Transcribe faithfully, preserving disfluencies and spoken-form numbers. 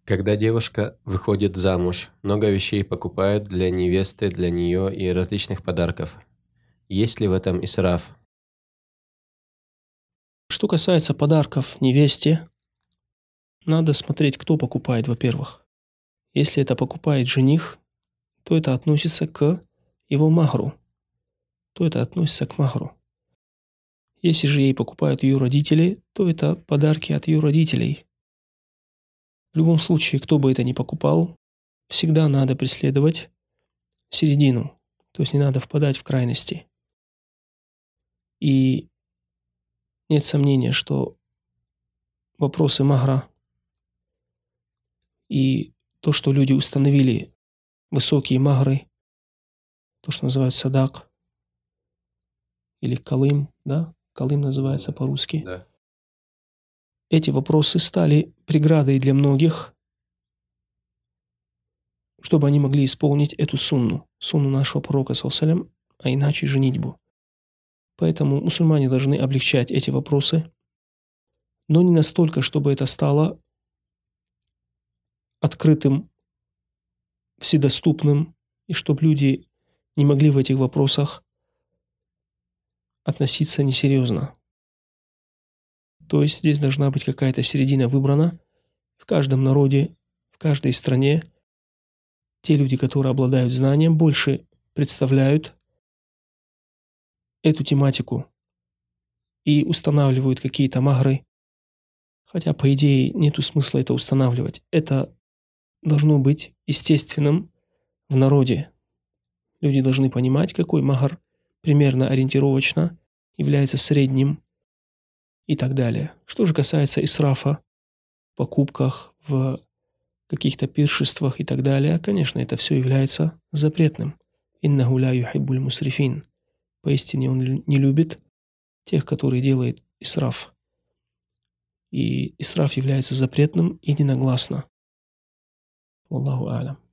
Когда девушка выходит замуж, много вещей покупают для невесты, для нее и различных подарков. Есть ли в этом исраф? Что касается подарков невесте, надо смотреть, кто покупает, во-первых. Если это покупает жених, то это относится к его махру, то это относится к махру. Если же ей покупают ее родители, то это подарки от ее родителей. В любом случае, кто бы это ни покупал, всегда надо преследовать середину, то есть не надо впадать в крайности. И нет сомнения, что вопросы махра и то, что люди установили высокие махры, то, что называют садак или калым, да, калым называется по-русски. Да. Эти вопросы стали преградой для многих, чтобы они могли исполнить эту сунну, сунну нашего пророка, саллаллаху, а иначе женитьбу. Поэтому мусульмане должны облегчать эти вопросы, но не настолько, чтобы это стало открытым, вседоступным, и чтобы люди не могли в этих вопросах относиться несерьезно. То есть здесь должна быть какая-то середина выбрана. В каждом народе, в каждой стране те люди, которые обладают знанием, больше представляют эту тематику и устанавливают какие-то махры. Хотя, по идее, нету смысла это устанавливать. Это должно быть естественным в народе. Люди должны понимать, какой махр примерно ориентировочно является средним и так далее. Что же касается исрафа в покупках, в каких-то пиршествах и так далее, конечно, это все является запретным. «Иннаху ля юхиббуль мусрифин». Поистине он не любит тех, которые делают исраф. И исраф является запретным единогласно. Аллаху а'лям.